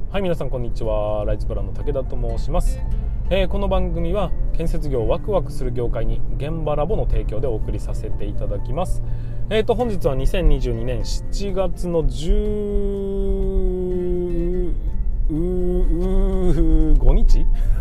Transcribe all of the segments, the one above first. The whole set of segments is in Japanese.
はい、皆さんこんにちは。ライズプランの武田と申します。この番組は建設業をワクワクする業界に現場ラボの提供でお送りさせていただきます。本日は2022年7月の15日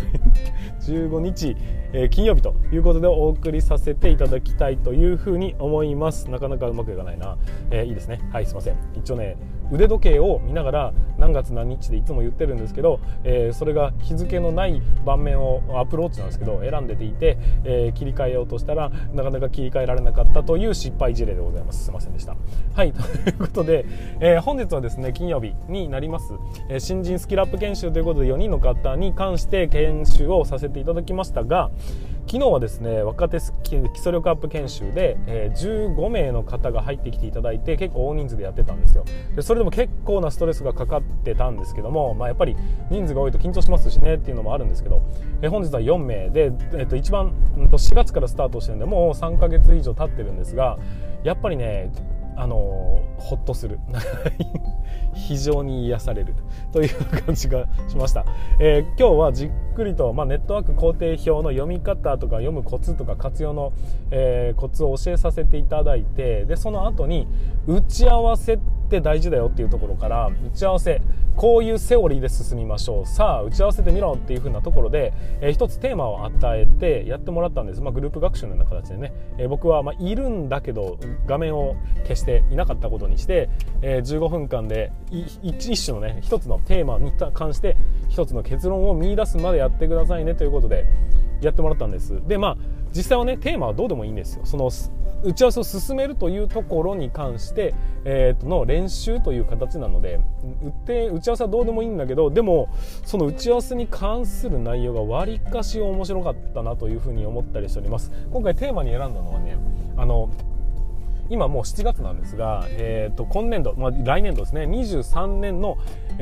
15日、金曜日ということでお送りさせていただきたいというふうに思います。なかなかうまくいかないな、いいですね。はい、すいません。一応ね、腕時計を見ながら何月何日でいつも言ってるんですけど、それが日付のない盤面をアプローチなんですけど選んでていて、切り替えようとしたらなかなか切り替えられなかったという失敗事例でございます。すいませんでした。はい、ということで、本日はですね金曜日になります。新人スキルアップ研修ということで4人の方に関して研修をさせていただきましたが、昨日はですね若手基礎力アップ研修で、15名の方が入ってきていただいて結構大人数でやってたんですよ。でそれでも結構なストレスがかかってたんですけども、やっぱり人数が多いと緊張しますしねっていうのもあるんですけど、本日は4名で、一番4月からスタートしてるんでもう3ヶ月以上経ってるんですが、やっぱりねほっとする非常に癒されるという感じがしました。今日はじっくりと、ネットワーク工程表の読み方とか読むコツとか活用の、コツを教えさせていただいて、でその後に打ち合わせって大事だよっていうところから、打ち合わせこういうセオリーで進みましょう、さあ打ち合わせてみろっていう風なところで、一つテーマを与えてやってもらったんです。グループ学習のような形でね、僕はいるんだけど画面を消していなかったことにして、15分間で一種のね一つのテーマに関して一つの結論を見出すまでやってくださいねということでやってもらったんです。で実際はねテーマはどうでもいいんですよ。その打ち合わせを進めるというところに関して、の練習という形なので、打ち合わせはどうでもいいんだけど、でもその打ち合わせに関する内容がわりかし面白かったなというふうに思ったりしております。今回テーマに選んだのはね、今もう7月なんですが、今年度、来年度ですね23年の、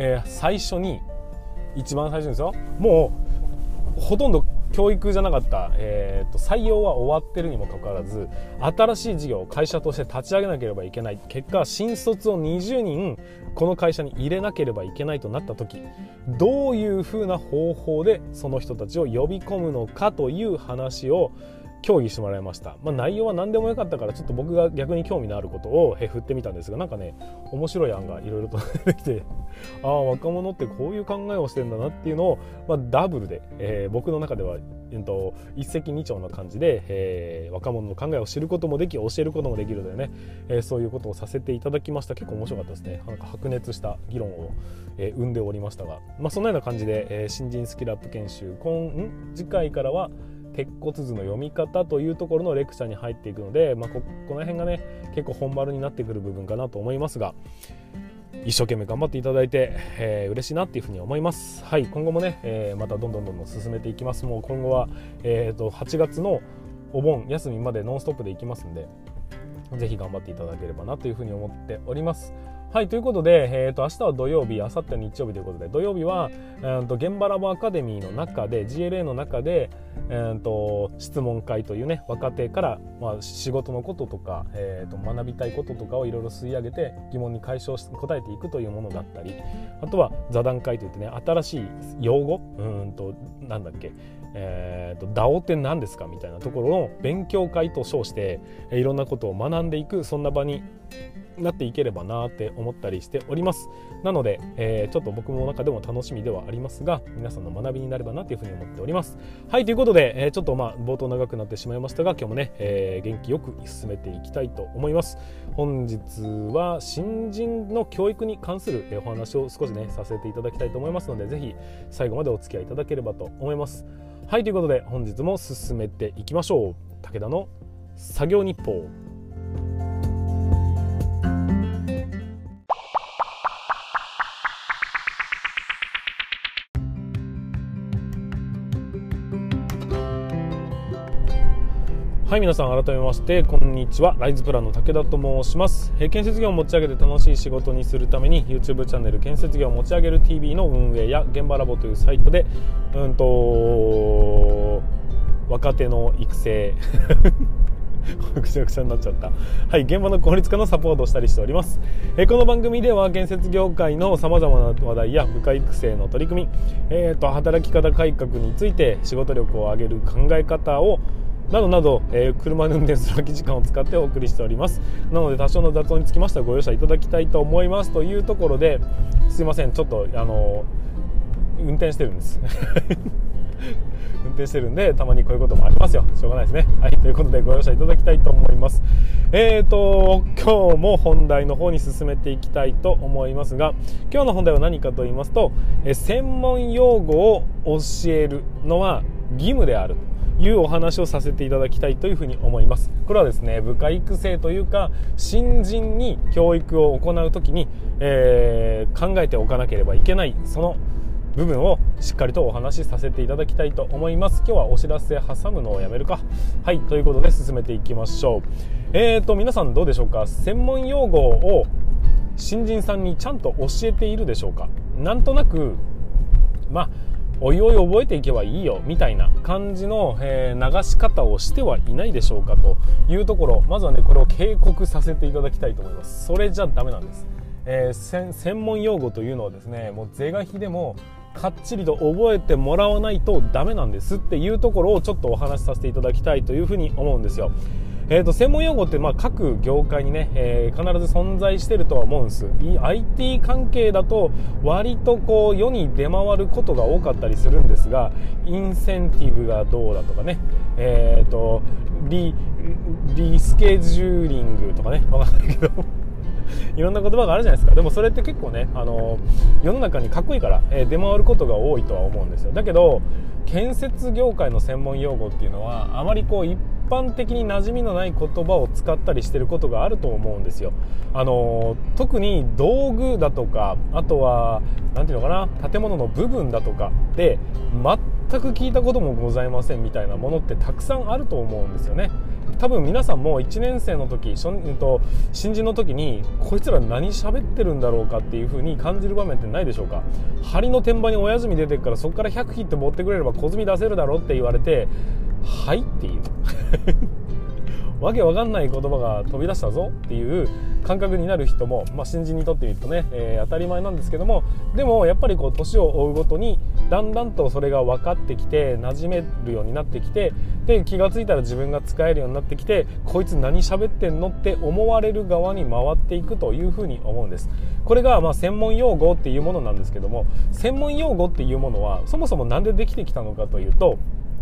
一番最初ですよ。もうほとんど教育じゃなかった、採用は終わってるにもかかわらず、新しい事業を会社として立ち上げなければいけない、結果新卒を20人この会社に入れなければいけないとなった時、どういうふうな方法でその人たちを呼び込むのかという話を協議してもらいました。内容は何でもよかったからちょっと僕が逆に興味のあることを振ってみたんですが、なんかね面白い案がいろいろと出てきて、若者ってこういう考えをしてるんだなっていうのを、ダブルで、僕の中では、一石二鳥な感じで、若者の考えを知ることもでき教えることもできるのでね、そういうことをさせていただきました。結構面白かったですね。なんか白熱した議論を、生んでおりましたが、そんなような感じで、新人スキルアップ研修次回からは鉄骨図の読み方というところのレクチャーに入っていくので、この辺がね結構本丸になってくる部分かなと思いますが、一生懸命頑張っていただいて、嬉しいなっていうふうに思います。はい、今後もね、またどんどん進めていきます。もう今後は、8月のお盆休みまでノンストップでいきますんで、ぜひ頑張っていただければなというふうに思っております。はい、ということで、明日は土曜日、明後日は日曜日ということで、土曜日は、現場ラボアカデミーの中で GLA の中で、質問会というね若手から、仕事のこととか、学びたいこととかをいろいろ吸い上げて疑問に答えていくというものだったり、あとは座談会といってね新しい用語なんだっけDAO って何ですかみたいなところの勉強会と称していろんなことを学んでいく、そんな場になっていければなって思ったりしております。なので、ちょっと僕の中でも楽しみではありますが、皆さんの学びになればなというふうに思っております。はい、ということで、ちょっと冒頭長くなってしまいましたが、今日もね、元気よく進めていきたいと思います。本日は新人の教育に関するお話を少しねさせていただきたいと思いますので、ぜひ最後までお付き合いいただければと思います。はい、ということで本日も進めていきましょう。武田の作業日報。はい、皆さん改めましてこんにちは。ライズプランの武田と申します。建設業を持ち上げて楽しい仕事にするために YouTube チャンネル建設業を持ち上げる TV の運営や現場ラボというサイトで若手の育成ぐちゃぐちゃになっちゃった。はい、現場の効率化のサポートをしたりしております。この番組では建設業界のさまざまな話題や部下育成の取り組み、働き方改革について仕事力を上げる考え方をなどなど、車で運転する空き時間を使ってお送りしております。なので多少の雑音につきましてはご容赦いただきたいと思いますというところで、すいません、ちょっと運転してるんです運転してるんでたまにこういうこともありますよ。しょうがないですね。はい、ということでご容赦いただきたいと思います。今日も本題の方に進めていきたいと思いますが、今日の本題は何かと言いますと、専門用語を教えるのは義務であるというお話をさせていただきたいというふうに思います。これはですね、部下育成というか新人に教育を行うときに、考えておかなければいけないその部分をしっかりとお話しさせていただきたいと思います。今日はお知らせ挟むのをやめるか。はい、ということで進めていきましょう。皆さんどうでしょうか。専門用語を新人さんにちゃんと教えているでしょうか。なんとなくおいおい覚えていけばいいよみたいな感じの、流し方をしてはいないでしょうかというところ、まずはねこれを警告させていただきたいと思います。それじゃダメなんです。専門用語というのはですね、もう是が非でもかっちりと覚えてもらわないとダメなんですっていうところをちょっとお話しさせていただきたいというふうに思うんですよ。専門用語って各業界にね、必ず存在してるとは思うんです。IT 関係だと割とこう世に出回ることが多かったりするんですが、インセンティブがどうだとかね、リスケジューリングとかね、わかんないけどいろんな言葉があるじゃないですか。でもそれって結構ね、世の中にかっこいいから、出回ることが多いとは思うんですよ。だけど建設業界の専門用語っていうのはあまりこう一般的に馴染みのない言葉を使ったりしてることがあると思うんですよ。特に道具だとか、あとはなんていうのかな、建物の部分だとかで全く聞いたこともございませんみたいなものってたくさんあると思うんですよね。多分皆さんも1年生の時、新人の時にこいつら何喋ってるんだろうかっていう風に感じる場面ってないでしょうか。針の天板に親炭出てるからそこから100切って持ってくれれば小炭出せるだろうって言われて、はいっていうわけわかんない言葉が飛び出したぞっていう感覚になる人も、新人にとってみるとね、当たり前なんですけども、でもやっぱりこう年を追うごとにだんだんとそれが分かってきて馴染めるようになってきて、で気がついたら自分が使えるようになってきて、こいつ何喋ってんのって思われる側に回っていくというふうに思うんです。これが専門用語っていうものなんですけども、専門用語っていうものはそもそもなんでできてきたのかというと、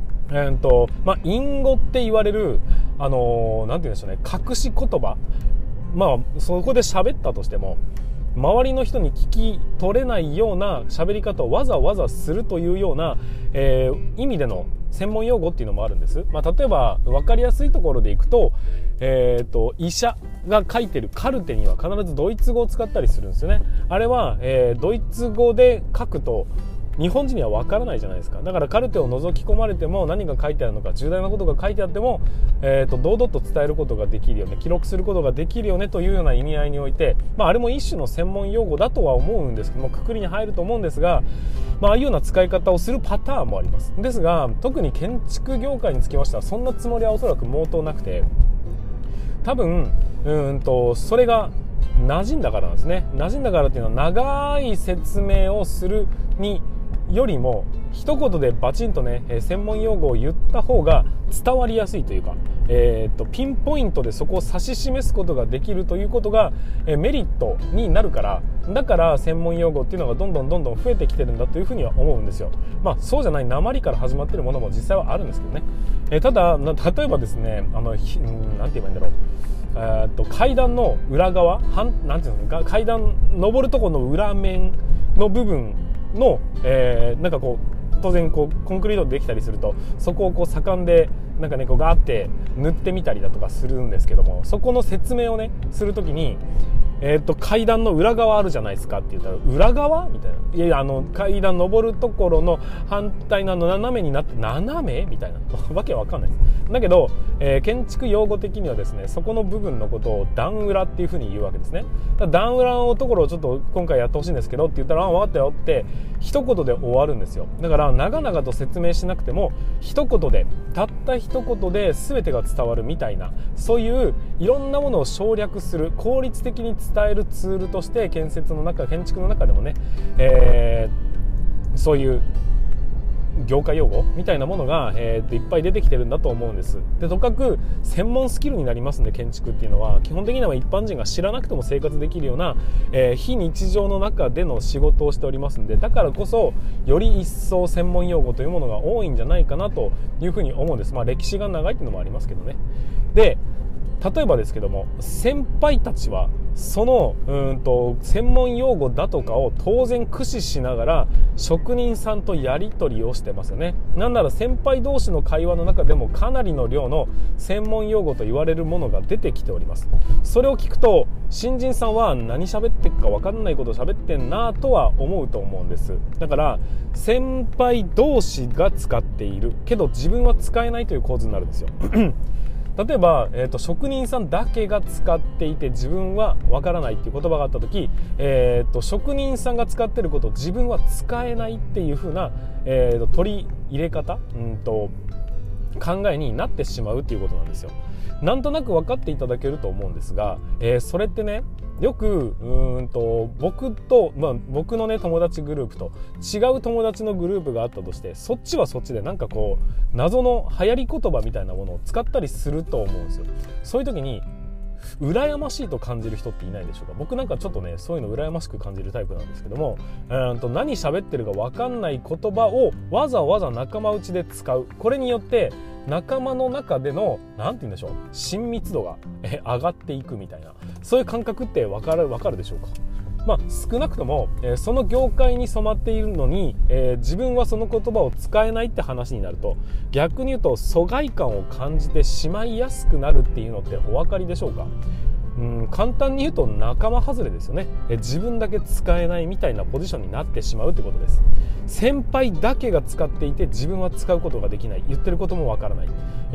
隠語って言われるなんて言うんでしょうね、隠し言葉、そこで喋ったとしても周りの人に聞き取れないような喋り方をわざわざするというような、意味での専門用語っていうのもあるんです。例えば分かりやすいところでいくと、医者が書いてるカルテには必ずドイツ語を使ったりするんですよね。あれは、ドイツ語で書くと日本人には分からないじゃないですか。だからカルテを覗き込まれても何が書いてあるのか、重大なことが書いてあっても、堂々と伝えることができるよね、記録することができるよねというような意味合いにおいて、あれも一種の専門用語だとは思うんですけども、くくりに入ると思うんですが、ああいうような使い方をするパターンもあります。ですが特に建築業界につきましてはそんなつもりはおそらく毛頭なくて、多分それが馴染んだからなんですね。馴染んだからっていうのは長い説明をするによりも一言でバチンとね、専門用語を言った方が伝わりやすいというか、ピンポイントでそこを指し示すことができるということが、メリットになるから、だから専門用語っていうのがどんどん増えてきてるんだというふうには思うんですよ。そうじゃない訛から始まっているものも実際はあるんですけどね。ただ例えばですね、なんて言えばいいんだろう、階段の裏側、なんていうの、階段登るところの裏面の部分の、なんかこう当然こうコンクリートでできたりすると、そこをこう盛んでなんかねこうガーって塗ってみたりだとかするんですけども、そこの説明をねするときに階段の裏側あるじゃないですかって言ったら、裏側みたいな、いや階段登るところの反対の斜めになって斜めみたいなわけわかんないです。だけど、建築用語的にはですね、そこの部分のことを段裏っていうふうに言うわけですね。だから段裏のところをちょっと今回やってほしいんですけどって言ったら、分かったよって一言で終わるんですよ。だから長々と説明しなくても、一言で、たった一言で全てが伝わるみたいな、そういういろんなものを省略する、効率的に伝えるツールとして建築の中でもね、そういう業界用語みたいなものが、いっぱい出てきてるんだと思うんです。で、とかく専門スキルになりますんで、建築っていうのは基本的には一般人が知らなくても生活できるような、非日常の中での仕事をしておりますんで、だからこそより一層専門用語というものが多いんじゃないかなというふうに思うんです。歴史が長いっていうのもありますけどね。で、例えばですけども、先輩たちはその専門用語だとかを当然駆使しながら職人さんとやり取りをしてますよね。なんなら先輩同士の会話の中でもかなりの量の専門用語と言われるものが出てきております。それを聞くと新人さんは何喋ってるか分かんないこと喋ってんなとは思うと思うんです。だから先輩同士が使っているけど自分は使えないという構図になるんですよ。例えば、職人さんだけが使っていて自分はわからないっていう言葉があった時、職人さんが使っていることを自分は使えないっていう風な、取り入れ方、考えになってしまうっていうことなんですよ。なんとなく分かっていただけると思うんですが、それってね、よく僕のね友達グループと違う友達のグループがあったとして、そっちはそっちでなんかこう謎の流行り言葉みたいなものを使ったりすると思うんですよ。そういう時に羨ましいと感じる人っていないでしょうか。僕なんかちょっとねそういうの羨ましく感じるタイプなんですけども、何喋ってるか分かんない言葉をわざわざ仲間内で使う。これによって仲間の中でのなんて言うんでしょう、親密度が上がっていくみたいな、そういう感覚って分かるでしょうか。少なくとも、その業界に染まっているのに、自分はその言葉を使えないって話になると、逆に言うと疎外感を感じてしまいやすくなるっていうのってお分かりでしょうか。簡単に言うと仲間外れですよね。自分だけ使えないみたいなポジションになってしまうってことです。先輩だけが使っていて自分は使うことができない、言ってることもわからない、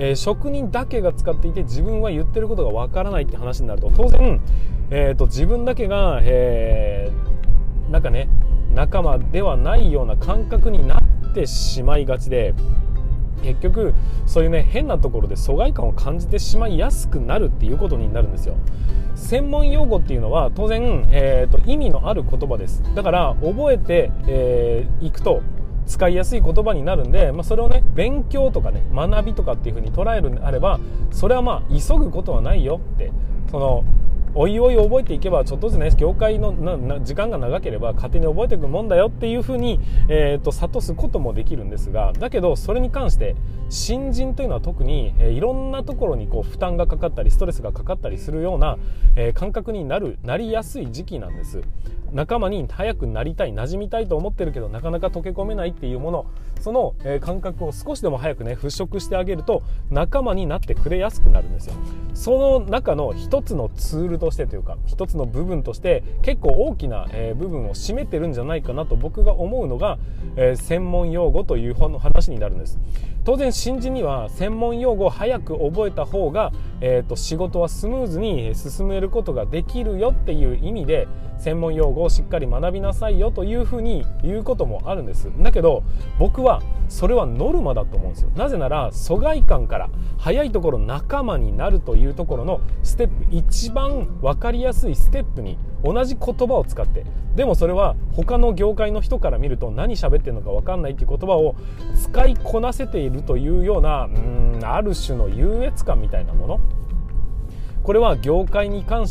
職人だけが使っていて自分は言ってることがわからないって話になると、当然、自分だけが、なんかね仲間ではないような感覚になってしまいがちで、結局そういうね変なところで疎外感を感じてしまいやすくなるっていうことになるんですよ。専門用語っていうのは当然、意味のある言葉です。だから覚えていくと使いやすい言葉になるんで、それをね勉強とかね学びとかっていう風に捉えるんであれば、それは急ぐことはないよって、おいおい覚えていけばちょっとずつね業界の時間が長ければ勝手に覚えていくもんだよっていう風に、諭すこともできるんですが、だけどそれに関して新人というのは特に、いろんなところにこう負担がかかったりストレスがかかったりするような、感覚になりやすい時期なんです。仲間に早くなりたい、馴染みたいと思ってるけどなかなか溶け込めないっていうもの、その、感覚を少しでも早くね払拭してあげると仲間になってくれやすくなるんですよ。その中の一つのツールとしてというか一つの部分として結構大きな、部分を占めてるんじゃないかなと僕が思うのが、専門用語という話になるんです。当然新人には専門用語を早く覚えた方が、仕事はスムーズに進めることができるよっていう意味で専門用語をしっかり学びなさいよというふうに言うこともあるんです。だけど僕はそれはノルマだと思うんですよ。なぜなら疎外感から早いところ仲間になるというところのステップ、一番分かりやすいステップに同じ言葉を使って、でもそれは他の業界の人から見ると何喋ってるのか分かんないっていう言葉を使いこなせているというようなある種の優越感みたいなもの、これは業界に関して、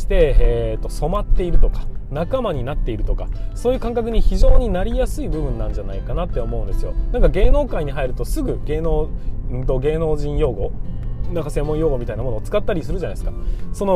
染まっているとか仲間になっているとか、そういう感覚に非常になりやすい部分なんじゃないかなって思うんですよ。なんか芸能界に入るとすぐ芸能人用語、なんか専門用語みたいなものを使ったりするじゃないですか。その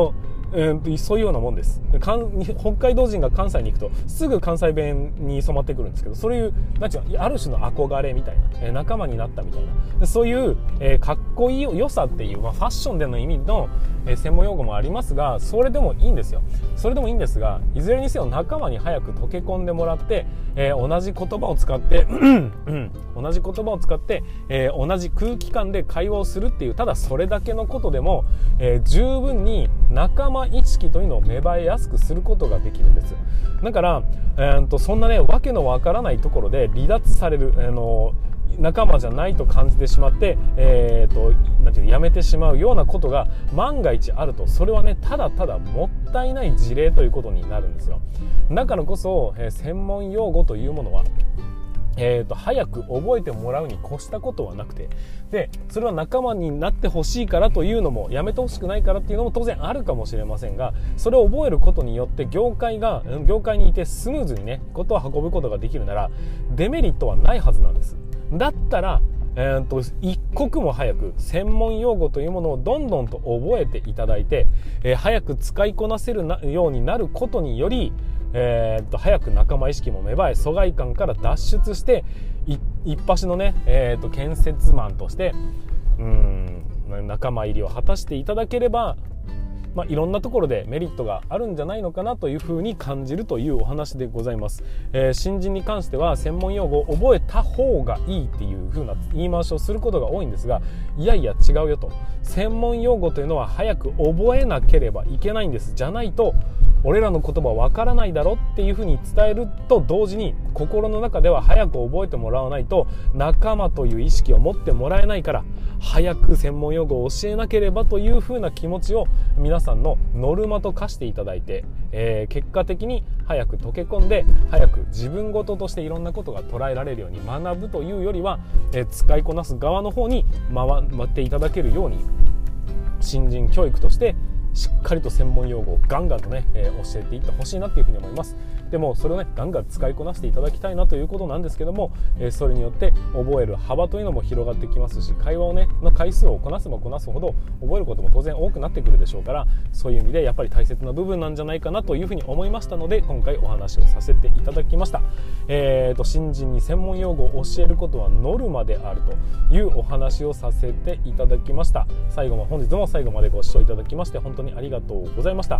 そういうようなもんです。北海道人が関西に行くとすぐ関西弁に染まってくるんですけど、そういうなんていうの、ある種の憧れみたいな、仲間になったみたいな、そういう、かっこいい良さっていう、ファッションでの意味の、専門用語もありますが、それでもいいんですよ。それでもいいんですが、いずれにせよ仲間に早く溶け込んでもらって、同じ言葉を使って同じ言葉を使って、同じ空気感で会話をするっていう、ただそれだけのことでも、十分に仲間意識というのを芽生えやすくすることができるんです。だから、そんなね、わけのわからないところで離脱される、仲間じゃないと感じてしまって、なんていう、やめてしまうようなことが万が一あると、それはね、ただただもったいない事例ということになるんですよ。だからこそ、専門用語というものは早く覚えてもらうに越したことはなくて、でそれは仲間になってほしいからというのも、やめてほしくないからっていうのも当然あるかもしれませんが、それを覚えることによって業界にいてスムーズにね、ことを運ぶことができるならデメリットはないはずなんです。だったら一刻も早く専門用語というものをどんどんと覚えていただいて、早く使いこなせるようになることにより、早く仲間意識も芽生え、疎外感から脱出して一発のね、建設マンとして仲間入りを果たしていただければ、いろんなところでメリットがあるんじゃないのかなというふうに感じるというお話でございます。新人に関しては専門用語を覚えた方がいいっていうふうな言い回しをすることが多いんですが、いやいや違うよと、専門用語というのは早く覚えなければいけないんです。じゃないと俺らの言葉わからないだろっていうふうに伝えると同時に、心の中では早く覚えてもらわないと仲間という意識を持ってもらえないから、早く専門用語を教えなければというふうな気持ちを皆さんのノルマと化していただいて、結果的に早く溶け込んで、早く自分事としていろんなことが捉えられるように学ぶというよりは、使いこなす側の方に回っていただけるように、新人教育としてしっかりと専門用語をガンガンとね、教えていってほしいなというふうに思います。でもそれをね、ガンガン使いこなしていただきたいなということなんですけども、それによって覚える幅というのも広がってきますし、会話をねの回数をこなせばこなすほど覚えることも当然多くなってくるでしょうから、そういう意味でやっぱり大切な部分なんじゃないかなというふうに思いましたので、今回お話をさせていただきました。新人に専門用語を教えることはノルマであるというお話をさせていただきました。本日も最後までご視聴いただきまして本当にありがとうございました。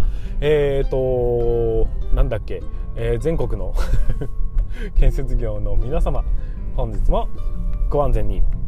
なんだっけ、全国の建設業の皆様、本日もご安全に。